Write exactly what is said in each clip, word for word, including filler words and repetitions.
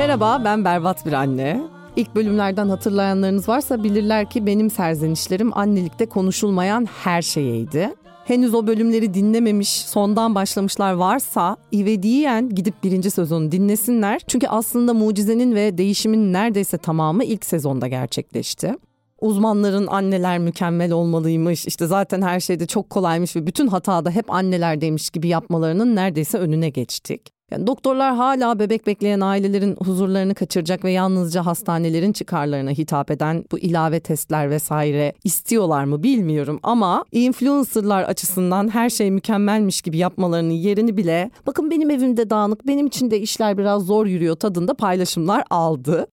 Merhaba, ben berbat bir anne. İlk bölümlerden hatırlayanlarınız varsa bilirler ki benim serzenişlerim annelikte konuşulmayan her şeyeydi. Henüz o bölümleri dinlememiş, sondan başlamışlar varsa ivediyen gidip birinci sezonu dinlesinler. Çünkü aslında mucizenin ve değişimin neredeyse tamamı ilk sezonda gerçekleşti. Uzmanların anneler mükemmel olmalıymış, işte zaten her şeyde çok kolaymış ve bütün hatada hep annelerdeymiş gibi yapmalarının neredeyse önüne geçtik. Yani doktorlar hala bebek bekleyen ailelerin huzurlarını kaçıracak ve yalnızca hastanelerin çıkarlarına hitap eden bu ilave testler vesaire istiyorlar mı bilmiyorum ama influencerlar açısından her şey mükemmelmiş gibi yapmalarının yerini bile bakın benim evimde dağınık, benim için de işler biraz zor yürüyor tadında paylaşımlar aldı.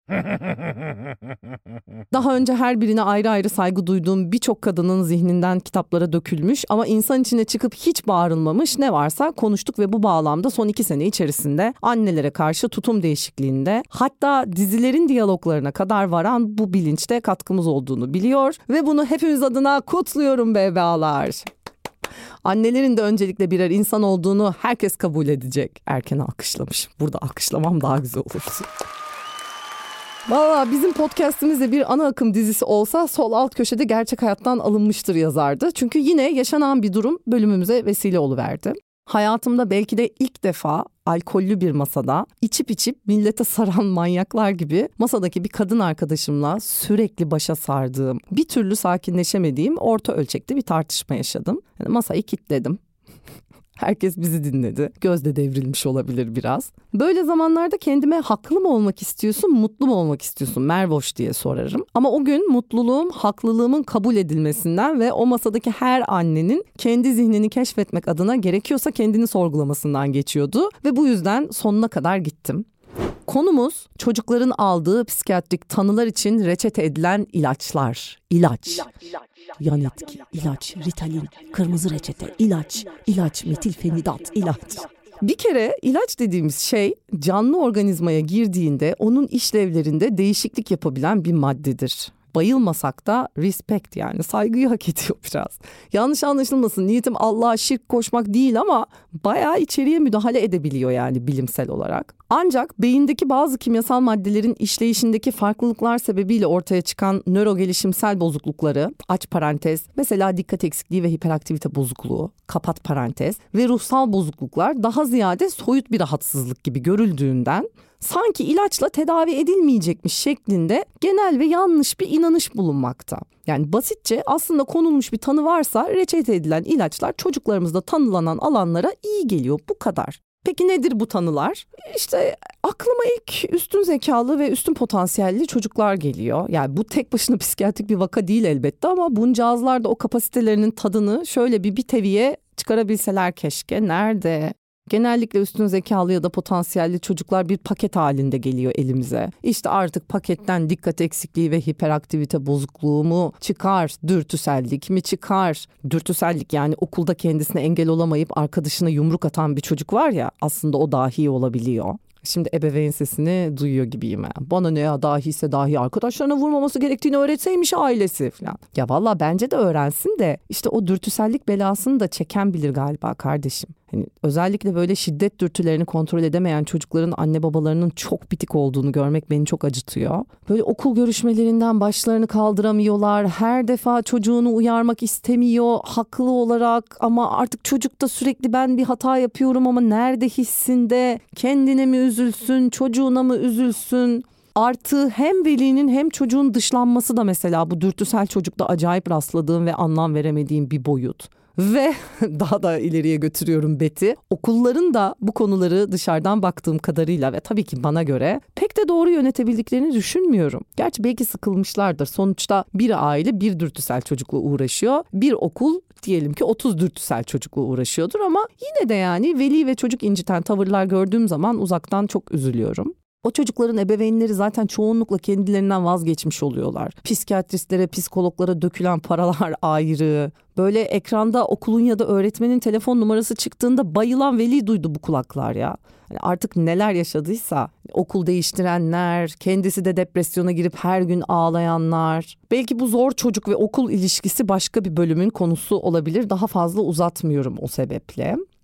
Daha önce her birine ayrı ayrı saygı duyduğum birçok kadının zihninden kitaplara dökülmüş ama insan içine çıkıp hiç bağırılmamış ne varsa konuştuk ve bu bağlamda son iki sene içerisinde annelere karşı tutum değişikliğinde hatta dizilerin diyaloglarına kadar varan bu bilinçte katkımız olduğunu biliyor ve bunu hepimiz adına kutluyorum bebeğalar. Annelerin de öncelikle birer insan olduğunu herkes kabul edecek. Erken alkışlamış. Burada alkışlamam daha güzel olur. Valla bizim podcastimizde bir ana akım dizisi olsa sol alt köşede gerçek hayattan alınmıştır yazardı. Çünkü yine yaşanan bir durum bölümümüze vesile oluverdi. Hayatımda belki de ilk defa alkollü bir masada içip içip millete saran manyaklar gibi masadaki bir kadın arkadaşımla sürekli başa sardığım, bir türlü sakinleşemediğim orta ölçekli bir tartışma yaşadım. Yani masayı kilitledim. Herkes bizi dinledi. Gözde devrilmiş olabilir biraz. Böyle zamanlarda kendime haklı mı olmak istiyorsun, mutlu mu olmak istiyorsun Mervoş diye sorarım. Ama o gün mutluluğum haklılığımın kabul edilmesinden ve o masadaki her annenin kendi zihnini keşfetmek adına gerekiyorsa kendini sorgulamasından geçiyordu. Ve bu yüzden sonuna kadar gittim. Konumuz çocukların aldığı psikiyatrik tanılar için reçete edilen ilaçlar. İlaç. İlaç, ilaç. Yan etki, ilaç, Ritalin, kırmızı reçete, ilaç, ilaç, metilfenidat, ilaç. Bir kere ilaç dediğimiz şey canlı organizmaya girdiğinde onun işlevlerinde değişiklik yapabilen bir maddedir. Bayılmasak da respect yani saygıyı hak ediyor biraz. Yanlış anlaşılmasın, niyetim Allah'a şirk koşmak değil ama bayağı içeriye müdahale edebiliyor yani bilimsel olarak. Ancak beyindeki bazı kimyasal maddelerin işleyişindeki farklılıklar sebebiyle ortaya çıkan nörogelişimsel bozuklukları, aç parantez, mesela dikkat eksikliği ve hiperaktivite bozukluğu, kapat parantez ve ruhsal bozukluklar daha ziyade soyut bir rahatsızlık gibi görüldüğünden sanki ilaçla tedavi edilmeyecekmiş şeklinde genel ve yanlış bir inanış bulunmakta. Yani basitçe aslında konulmuş bir tanı varsa reçete edilen ilaçlar çocuklarımızda tanılanan alanlara iyi geliyor, bu kadar. Peki nedir bu tanılar? İşte aklıma ilk üstün zekalı ve üstün potansiyelli çocuklar geliyor. Yani bu tek başına psikiyatrik bir vaka değil elbette ama buncağızlar da o kapasitelerinin tadını şöyle bir bir teviye çıkarabilseler keşke. Nerede? Genellikle üstün zekalı ya da potansiyelli çocuklar bir paket halinde geliyor elimize. İşte artık paketten dikkat eksikliği ve hiperaktivite bozukluğu mu çıkar, dürtüsellik mi çıkar? Dürtüsellik yani okulda kendisine engel olamayıp arkadaşına yumruk atan bir çocuk var ya, aslında o dahi olabiliyor. Şimdi ebeveyn sesini duyuyor gibiyim. Yani. Bana ne ya, dahiyse dahi arkadaşlarına vurmaması gerektiğini öğretseymiş ailesi falan. Ya valla bence de öğrensin de işte o dürtüsellik belasını da çeken bilir galiba kardeşim. Hani özellikle böyle şiddet dürtülerini kontrol edemeyen çocukların anne babalarının çok bitik olduğunu görmek beni çok acıtıyor. Böyle okul görüşmelerinden başlarını kaldıramıyorlar. Her defa çocuğunu uyarmak istemiyor haklı olarak ama artık çocuk da sürekli ben bir hata yapıyorum ama nerede hissinde, kendine mi üzülsün, çocuğuna mı üzülsün? Artı hem velinin hem çocuğun dışlanması da mesela bu dürtüsel çocukta acayip rastladığım ve anlam veremediğim bir boyut. Ve daha da ileriye götürüyorum beti. Okulların da bu konuları dışarıdan baktığım kadarıyla ve tabii ki bana göre pek de doğru yönetebildiklerini düşünmüyorum. Gerçi belki sıkılmışlardır. Sonuçta bir aile bir dürtüsel çocukla uğraşıyor. Bir okul diyelim ki otuz dürtüsel çocukla uğraşıyordur ama yine de yani veli ve çocuk inciten tavırlar gördüğüm zaman uzaktan çok üzülüyorum. O çocukların ebeveynleri zaten çoğunlukla kendilerinden vazgeçmiş oluyorlar. Psikiyatristlere, psikologlara dökülen paralar ayrı. Böyle ekranda okulun ya da öğretmenin telefon numarası çıktığında bayılan veli duydu bu kulaklar ya. Yani artık neler yaşadıysa, okul değiştirenler, kendisi de depresyona girip her gün ağlayanlar. Belki bu zor çocuk ve okul ilişkisi başka bir bölümün konusu olabilir. Daha fazla uzatmıyorum o sebeple.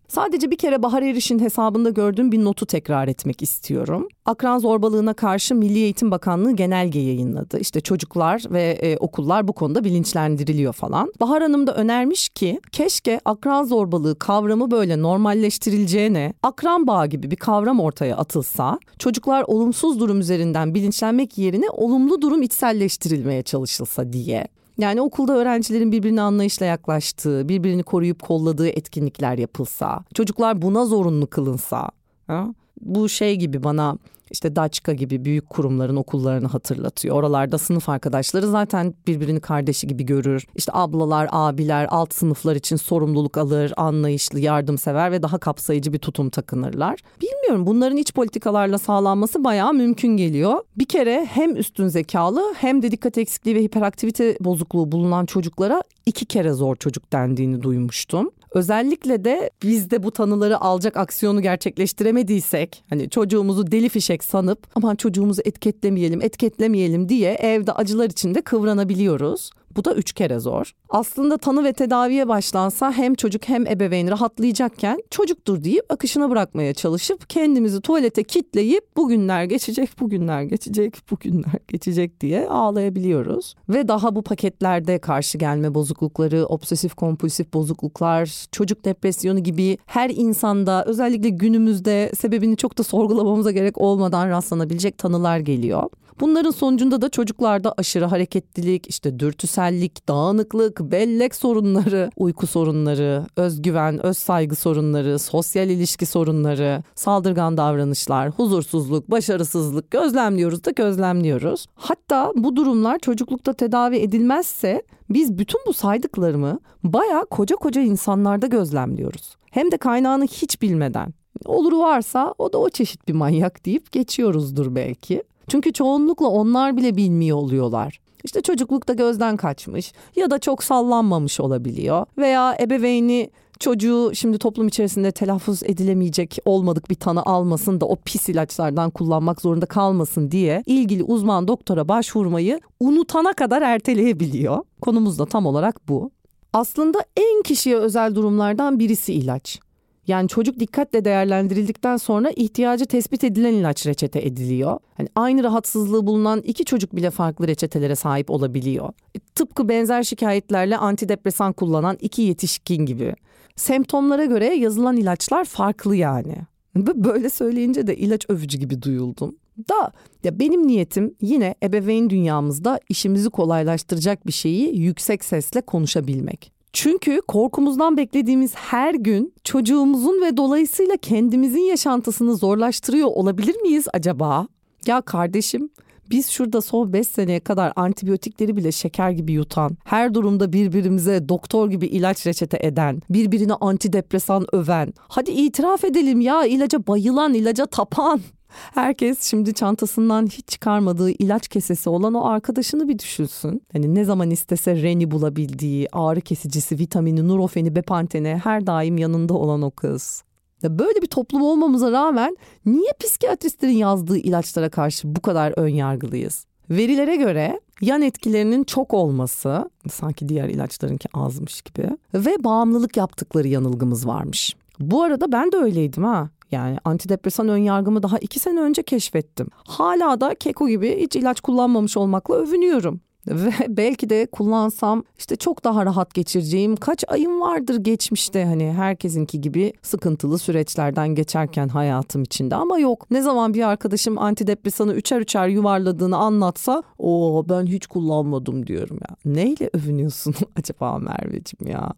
Sadece bir kere Bahar Eriş'in hesabında gördüğüm bir notu tekrar etmek istiyorum. Akran zorbalığına karşı Milli Eğitim Bakanlığı genelge yayınladı. İşte çocuklar ve e, okullar bu konuda bilinçlendiriliyor falan. Bahar Hanım da önermiş ki keşke akran zorbalığı kavramı böyle normalleştirileceğine akran bağı gibi bir kavram ortaya atılsa, çocuklar olumsuz durum üzerinden bilinçlenmek yerine olumlu durum içselleştirilmeye çalışılsa diye. Yani okulda öğrencilerin birbirine anlayışla yaklaştığı, birbirini koruyup kolladığı etkinlikler yapılsa, çocuklar buna zorunlu kılınsa. Ha? Bu şey gibi bana işte Daçka gibi büyük kurumların okullarını hatırlatıyor. Oralarda sınıf arkadaşları zaten birbirini kardeşi gibi görür. İşte ablalar, abiler alt sınıflar için sorumluluk alır, anlayışlı, yardımsever ve daha kapsayıcı bir tutum takınırlar. Bilmiyorum, bunların iç politikalarla sağlanması bayağı mümkün geliyor. Bir kere hem üstün zekalı hem de dikkat eksikliği ve hiperaktivite bozukluğu bulunan çocuklara iki kere zor çocuk dendiğini duymuştum. Özellikle de biz de bu tanıları alacak aksiyonu gerçekleştiremediysek, hani çocuğumuzu deli fişek sanıp aman çocuğumuzu etiketlemeyelim, etiketlemeyelim diye evde acılar içinde kıvranabiliyoruz. Bu da üç kere zor. Aslında tanı ve tedaviye başlansa hem çocuk hem ebeveyn rahatlayacakken çocuktur deyip akışına bırakmaya çalışıp kendimizi tuvalete kitleyip bugünler geçecek, bugünler geçecek, bugünler geçecek diye ağlayabiliyoruz. Ve daha bu paketlerde karşı gelme bozuklukları, obsesif kompulsif bozukluklar, çocuk depresyonu gibi her insanda özellikle günümüzde sebebini çok da sorgulamamıza gerek olmadan rastlanabilecek tanılar geliyor. Bunların sonucunda da çocuklarda aşırı hareketlilik, işte dürtüsellik, dağınıklık, bellek sorunları, uyku sorunları, özgüven, öz saygı sorunları, sosyal ilişki sorunları, saldırgan davranışlar, huzursuzluk, başarısızlık gözlemliyoruz da gözlemliyoruz. Hatta bu durumlar çocuklukta tedavi edilmezse biz bütün bu saydıklarımı bayağı koca koca insanlarda gözlemliyoruz. Hem de kaynağını hiç bilmeden. Oluru varsa o da o çeşit bir manyak deyip geçiyoruzdur belki. Çünkü çoğunlukla onlar bile bilmiyor oluyorlar. İşte çocuklukta gözden kaçmış ya da çok sallanmamış olabiliyor. Veya ebeveyni çocuğu şimdi toplum içerisinde telaffuz edilemeyecek olmadık bir tanı almasın da o pis ilaçlardan kullanmak zorunda kalmasın diye ilgili uzman doktora başvurmayı unutana kadar erteleyebiliyor. Konumuz da tam olarak bu. Aslında en kişiye özel durumlardan birisi ilaç. Yani çocuk dikkatle değerlendirildikten sonra ihtiyacı tespit edilen ilaç reçete ediliyor. Yani aynı rahatsızlığı bulunan iki çocuk bile farklı reçetelere sahip olabiliyor. E, tıpkı benzer şikayetlerle antidepresan kullanan iki yetişkin gibi. Semptomlara göre yazılan ilaçlar farklı yani. Böyle söyleyince de ilaç övücü gibi duyuldum. Da ya benim niyetim yine ebeveyn dünyamızda işimizi kolaylaştıracak bir şeyi yüksek sesle konuşabilmek. Çünkü korkumuzdan beklediğimiz her gün çocuğumuzun ve dolayısıyla kendimizin yaşantısını zorlaştırıyor olabilir miyiz acaba? Ya kardeşim, biz şurada son beş seneye kadar antibiyotikleri bile şeker gibi yutan, her durumda birbirimize doktor gibi ilaç reçete eden, birbirine antidepresan öven, hadi itiraf edelim ya, ilaca bayılan, ilaca tapan. Herkes şimdi çantasından hiç çıkarmadığı ilaç kesesi olan o arkadaşını bir düşünsün. Hani ne zaman istese Reni bulabildiği, ağrı kesicisi, vitamini, nurofeni, bepanteni her daim yanında olan o kız. Ya böyle bir toplum olmamıza rağmen niye psikiyatristlerin yazdığı ilaçlara karşı bu kadar ön yargılıyız? Verilere göre yan etkilerinin çok olması, sanki diğer ilaçlarınki azmış gibi, ve bağımlılık yaptıkları yanılgımız varmış. Bu arada ben de öyleydim ha. Yani antidepresan önyargımı daha iki sene önce keşfettim. Hala da keko gibi hiç ilaç kullanmamış olmakla övünüyorum. Ve belki de kullansam işte çok daha rahat geçireceğim kaç ayım vardır geçmişte, hani herkesinki gibi sıkıntılı süreçlerden geçerken hayatım içinde. Ama yok, ne zaman bir arkadaşım antidepresanı üçer üçer yuvarladığını anlatsa o ben hiç kullanmadım diyorum ya. Neyle övünüyorsun acaba Merveciğim ya?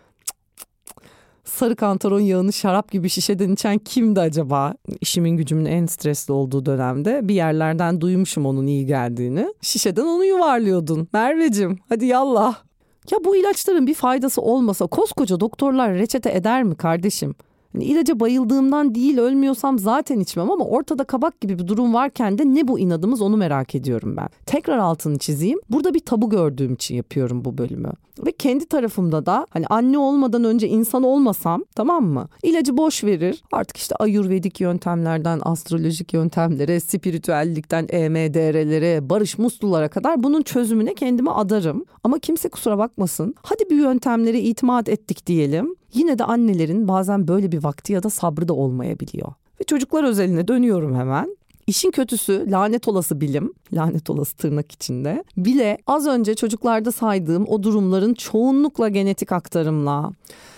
Sarı kantaron yağını şarap gibi şişeden içen kimdi acaba? İşimin gücümün en stresli olduğu dönemde bir yerlerden duymuşum onun iyi geldiğini. Şişeden onu yuvarlıyordun. Merveciğim hadi yallah. Ya bu ilaçların bir faydası olmasa koskoca doktorlar reçete eder mi kardeşim? Yani ilaca bayıldığımdan değil, ölmüyorsam zaten içmem, ama ortada kabak gibi bir durum varken de ne bu inadımız, onu merak ediyorum ben. Tekrar altını çizeyim. Burada bir tabu gördüğüm için yapıyorum bu bölümü. Ve kendi tarafımda da hani anne olmadan önce insan olmasam, tamam mı? İlacı boş verir. Artık işte ayurvedik yöntemlerden astrolojik yöntemlere, spiritüellikten E M D R'lere, barış muslulara kadar bunun çözümüne kendimi adarım. Ama kimse kusura bakmasın. Hadi bir yöntemlere itimat ettik diyelim. Yine de annelerin bazen böyle bir vakti ya da sabrı da olmayabiliyor. Ve çocuklar özeline dönüyorum hemen. İşin kötüsü lanet olası bilim, lanet olası tırnak içinde bile az önce çocuklarda saydığım o durumların çoğunlukla genetik aktarımla,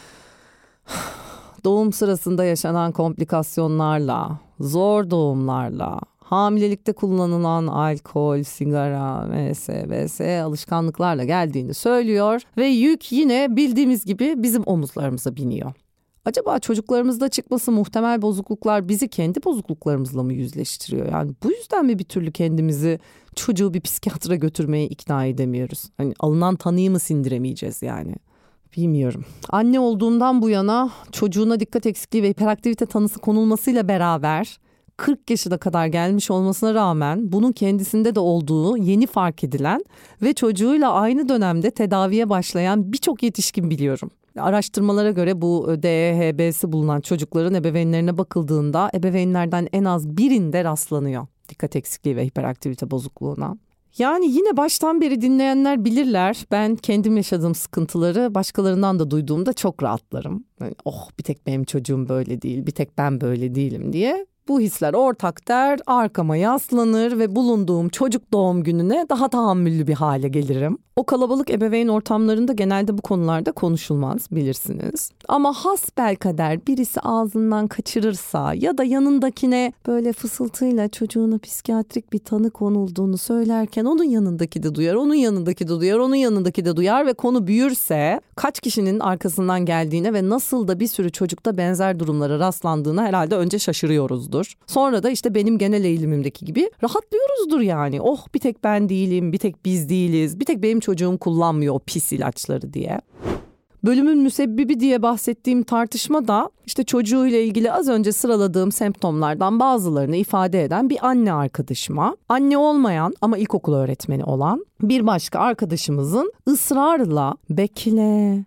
doğum sırasında yaşanan komplikasyonlarla, zor doğumlarla, hamilelikte kullanılan alkol, sigara, vs vs alışkanlıklarla geldiğini söylüyor ve yük yine bildiğimiz gibi bizim omuzlarımıza biniyor. Acaba çocuklarımızda çıkması muhtemel bozukluklar bizi kendi bozukluklarımızla mı yüzleştiriyor? Yani bu yüzden mi bir türlü kendimizi çocuğu bir psikiyatra götürmeye ikna edemiyoruz? Hani alınan tanıyı mı sindiremeyeceğiz yani? Bilmiyorum. Anne olduğumdan bu yana çocuğuna dikkat eksikliği ve hiperaktivite tanısı konulmasıyla beraber kırk yaşına kadar gelmiş olmasına rağmen bunun kendisinde de olduğu yeni fark edilen ve çocuğuyla aynı dönemde tedaviye başlayan birçok yetişkin biliyorum. Araştırmalara göre bu D E H B'si bulunan çocukların ebeveynlerine bakıldığında ebeveynlerden en az birinde rastlanıyor dikkat eksikliği ve hiperaktivite bozukluğuna. Yani yine baştan beri dinleyenler bilirler, ben kendim yaşadığım sıkıntıları başkalarından da duyduğumda çok rahatlarım. Yani, oh bir tek benim çocuğum böyle değil, bir tek ben böyle değilim diye. Bu hisler ortak der, arkama yaslanır ve bulunduğum çocuk doğum gününe daha tahammüllü bir hale gelirim. O kalabalık ebeveyn ortamlarında genelde bu konularda konuşulmaz, bilirsiniz. Ama hasbelkader birisi ağzından kaçırırsa ya da yanındakine böyle fısıltıyla çocuğuna psikiyatrik bir tanı konulduğunu söylerken onun yanındaki de duyar, onun yanındaki de duyar, onun yanındaki de duyar ve konu büyürse kaç kişinin arkasından geldiğine ve nasıl da bir sürü çocukta benzer durumlara rastlandığına herhalde önce şaşırıyoruzdur. Sonra da işte benim genel eğilimimdeki gibi rahatlıyoruzdur yani. Oh bir tek ben değilim, bir tek biz değiliz, bir tek benim çocuğum kullanmıyor o pis ilaçları diye. Bölümün müsebbibi diye bahsettiğim tartışma da işte çocuğuyla ilgili az önce sıraladığım semptomlardan bazılarını ifade eden bir anne arkadaşıma, anne olmayan ama ilkokul öğretmeni olan bir başka arkadaşımızın ısrarla bekle,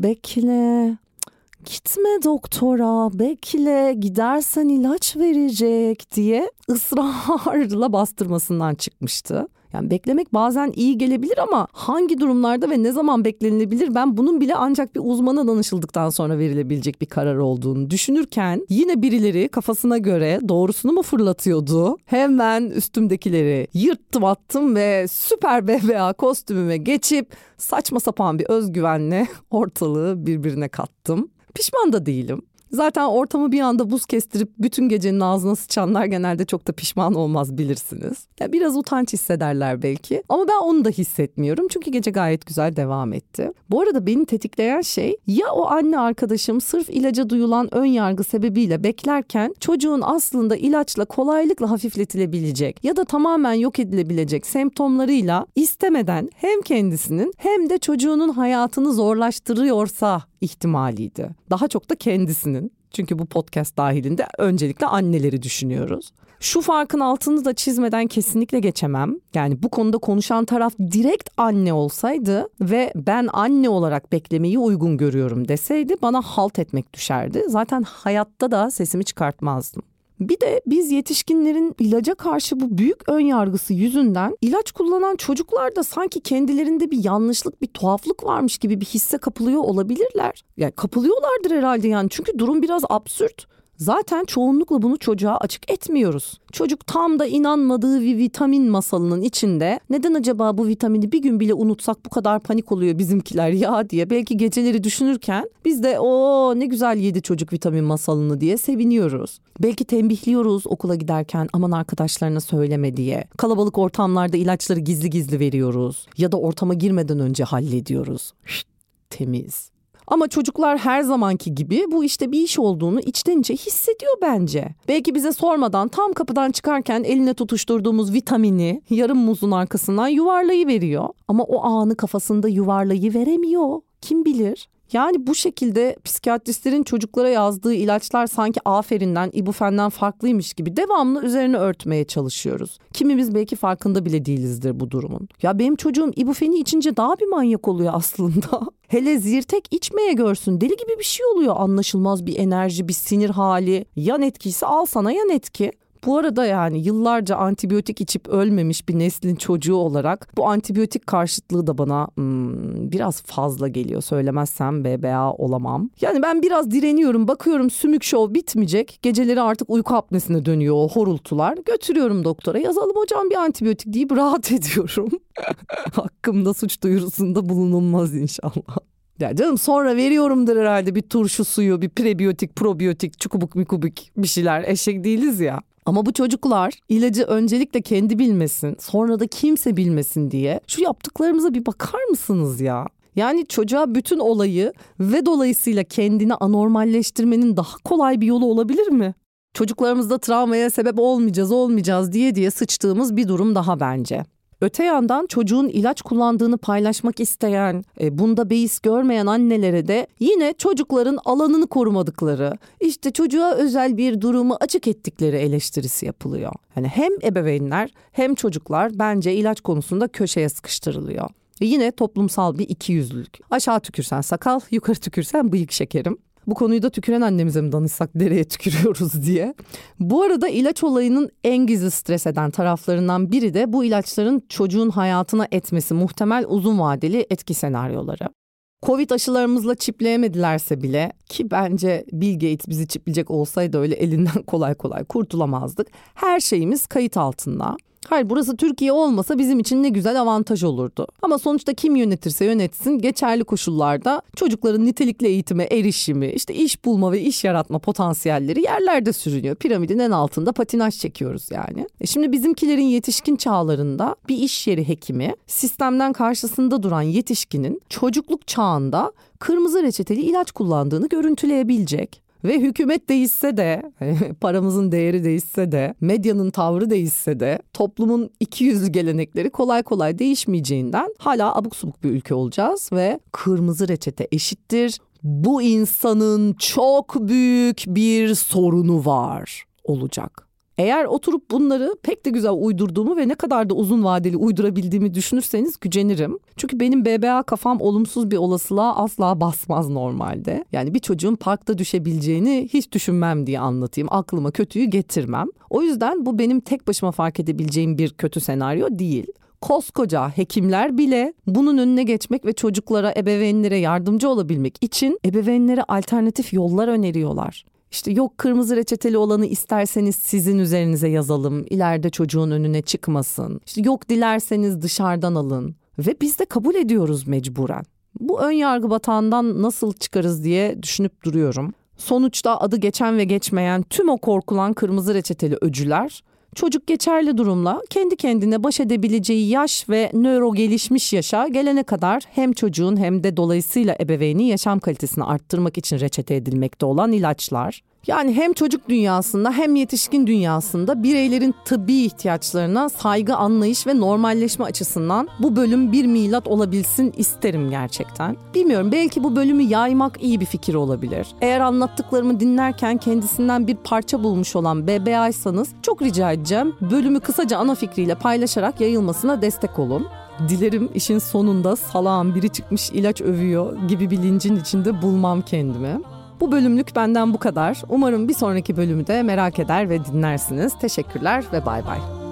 bekle, gitme doktora, bekle, gidersen ilaç verecek diye ısrarla bastırmasından çıkmıştı. Yani beklemek bazen iyi gelebilir ama hangi durumlarda ve ne zaman beklenilebilir, ben bunun bile ancak bir uzmana danışıldıktan sonra verilebilecek bir karar olduğunu düşünürken yine birileri kafasına göre doğrusunu mu fırlatıyordu? Hemen üstümdekileri yırttım attım ve süper B B A kostümüme geçip saçma sapan bir özgüvenle ortalığı birbirine kattım. Pişman da değilim. Zaten ortamı bir anda buz kestirip bütün gecenin ağzına sıçanlar genelde çok da pişman olmaz, bilirsiniz. Ya biraz utanç hissederler belki ama ben onu da hissetmiyorum çünkü gece gayet güzel devam etti. Bu arada beni tetikleyen şey ya o anne arkadaşım sırf ilaca duyulan ön yargı sebebiyle beklerken çocuğun aslında ilaçla kolaylıkla hafifletilebilecek ya da tamamen yok edilebilecek semptomlarıyla istemeden hem kendisinin hem de çocuğunun hayatını zorlaştırıyorsa ihtimaliydi. Daha çok da kendisinin. Çünkü bu podcast dahilinde öncelikle anneleri düşünüyoruz. Şu farkın altını da çizmeden kesinlikle geçemem. Yani bu konuda konuşan taraf direkt anne olsaydı ve ben anne olarak beklemeyi uygun görüyorum deseydi bana halt etmek düşerdi. Zaten hayatta da sesimi çıkartmazdım. Bir de biz yetişkinlerin ilaca karşı bu büyük ön yargısı yüzünden ilaç kullanan çocuklar da sanki kendilerinde bir yanlışlık, bir tuhaflık varmış gibi bir hisse kapılıyor olabilirler. Yani kapılıyorlardır herhalde yani çünkü durum biraz absürt. Zaten çoğunlukla bunu çocuğa açık etmiyoruz. Çocuk tam da inanmadığı bir vitamin masalının içinde neden acaba bu vitamini bir gün bile unutsak bu kadar panik oluyor bizimkiler ya diye belki geceleri düşünürken biz de o ne güzel yedi çocuk vitamin masalını diye seviniyoruz. Belki tembihliyoruz okula giderken aman arkadaşlarına söyleme diye. Kalabalık ortamlarda ilaçları gizli gizli veriyoruz ya da ortama girmeden önce hallediyoruz. Şşt, temiz. Ama çocuklar her zamanki gibi bu işte bir iş olduğunu içten içe hissediyor bence. Belki bize sormadan tam kapıdan çıkarken eline tutuşturduğumuz vitamini yarım muzun arkasından yuvarlayıveriyor. Ama o anı kafasında yuvarlayıveremiyor. Kim bilir? Yani bu şekilde psikiyatristlerin çocuklara yazdığı ilaçlar sanki aferinden, ibufenden farklıymış gibi devamlı üzerine örtmeye çalışıyoruz. Kimimiz belki farkında bile değilizdir bu durumun. Ya benim çocuğum ibufeni içince daha bir manyak oluyor aslında. Hele zirtek içmeye görsün deli gibi bir şey oluyor. Anlaşılmaz bir enerji, bir sinir hali. Yan etkisi al sana yan etki. Bu arada yani yıllarca antibiyotik içip ölmemiş bir neslin çocuğu olarak bu antibiyotik karşıtlığı da bana hmm, biraz fazla geliyor. Söylemezsem B B A olamam. Yani ben biraz direniyorum, bakıyorum sümük şov bitmeyecek. Geceleri artık uyku apnesine dönüyor o horultular. Götürüyorum doktora, yazalım hocam bir antibiyotik deyip rahat ediyorum. Hakkımda suç duyurusunda bulunulmaz inşallah. Ya canım sonra veriyorumdur herhalde bir turşu suyu, bir prebiyotik, probiyotik, çukubuk mikubuk bir şeyler. Eşek değiliz ya. Ama bu çocuklar ilacı öncelikle kendi bilmesin, sonra da kimse bilmesin diye şu yaptıklarımıza bir bakar mısınız ya? Yani çocuğa bütün olayı ve dolayısıyla kendini anormalleştirmenin daha kolay bir yolu olabilir mi? Çocuklarımızda travmaya sebep olmayacağız, olmayacağız diye diye sıçtığımız bir durum daha bence. Öte yandan çocuğun ilaç kullandığını paylaşmak isteyen, e, bunda beis görmeyen annelere de yine çocukların alanını korumadıkları, işte çocuğa özel bir durumu açık ettikleri eleştirisi yapılıyor. Yani hem ebeveynler hem çocuklar bence ilaç konusunda köşeye sıkıştırılıyor. E yine toplumsal bir ikiyüzlülük. Aşağı tükürsen sakal, yukarı tükürsen bıyık şekerim. Bu konuyu da tüküren annemize mi danışsak nereye tükürüyoruz diye. Bu arada ilaç olayının en gizli stres eden taraflarından biri de bu ilaçların çocuğun hayatına etmesi muhtemel uzun vadeli etki senaryoları. Covid aşılarımızla çipleyemedilerse bile, ki bence Bill Gates bizi çipleyecek olsaydı öyle elinden kolay kolay kurtulamazdık. Her şeyimiz kayıt altında. Hayır, burası Türkiye olmasa bizim için ne güzel avantaj olurdu. Ama sonuçta kim yönetirse yönetsin geçerli koşullarda çocukların nitelikli eğitime erişimi, işte iş bulma ve iş yaratma potansiyelleri yerlerde sürünüyor. Piramidin en altında patinaj çekiyoruz yani. E şimdi bizimkilerin yetişkin çağlarında bir iş yeri hekimi sistemden karşısında duran yetişkinin çocukluk çağında kırmızı reçeteli ilaç kullandığını görüntüleyebilecek. Ve hükümet değişse de, paramızın değeri değişse de, medyanın tavrı değişse de, toplumun ikiyüzlü gelenekleri kolay kolay değişmeyeceğinden hala abuk subuk bir ülke olacağız ve kırmızı reçete eşittir. Bu insanın çok büyük bir sorunu var olacak. Eğer oturup bunları pek de güzel uydurduğumu ve ne kadar da uzun vadeli uydurabildiğimi düşünürseniz gücenirim. Çünkü benim B B A kafam olumsuz bir olasılığa asla basmaz normalde. Yani bir çocuğun parkta düşebileceğini hiç düşünmem diye anlatayım. Aklıma kötüyü getirmem. O yüzden bu benim tek başıma fark edebileceğim bir kötü senaryo değil. Koskoca hekimler bile bunun önüne geçmek ve çocuklara, ebeveynlere yardımcı olabilmek için ebeveynlere alternatif yollar öneriyorlar. İşte yok kırmızı reçeteli olanı isterseniz sizin üzerinize yazalım, ileride çocuğun önüne çıkmasın. İşte yok dilerseniz dışarıdan alın ve biz de kabul ediyoruz mecburen. Bu ön yargı batağından nasıl çıkarız diye düşünüp duruyorum. Sonuçta adı geçen ve geçmeyen tüm o korkulan kırmızı reçeteli öcüler, çocuk geçerli durumla kendi kendine baş edebileceği yaş ve nöro gelişmiş yaşa gelene kadar hem çocuğun hem de dolayısıyla ebeveynin yaşam kalitesini arttırmak için reçete edilmekte olan ilaçlar. Yani hem çocuk dünyasında hem yetişkin dünyasında bireylerin tıbbi ihtiyaçlarına saygı, anlayış ve normalleşme açısından bu bölüm bir milat olabilsin isterim gerçekten. Bilmiyorum, belki bu bölümü yaymak iyi bir fikir olabilir. Eğer anlattıklarımı dinlerken kendisinden bir parça bulmuş olan B B A'ysanız çok rica edeceğim bölümü kısaca ana fikriyle paylaşarak yayılmasına destek olun. Dilerim işin sonunda salağın biri çıkmış ilaç övüyor gibi bilincin içinde bulmam kendimi. Bu bölümlük benden bu kadar. Umarım bir sonraki bölümü de merak eder ve dinlersiniz. Teşekkürler ve bay bay.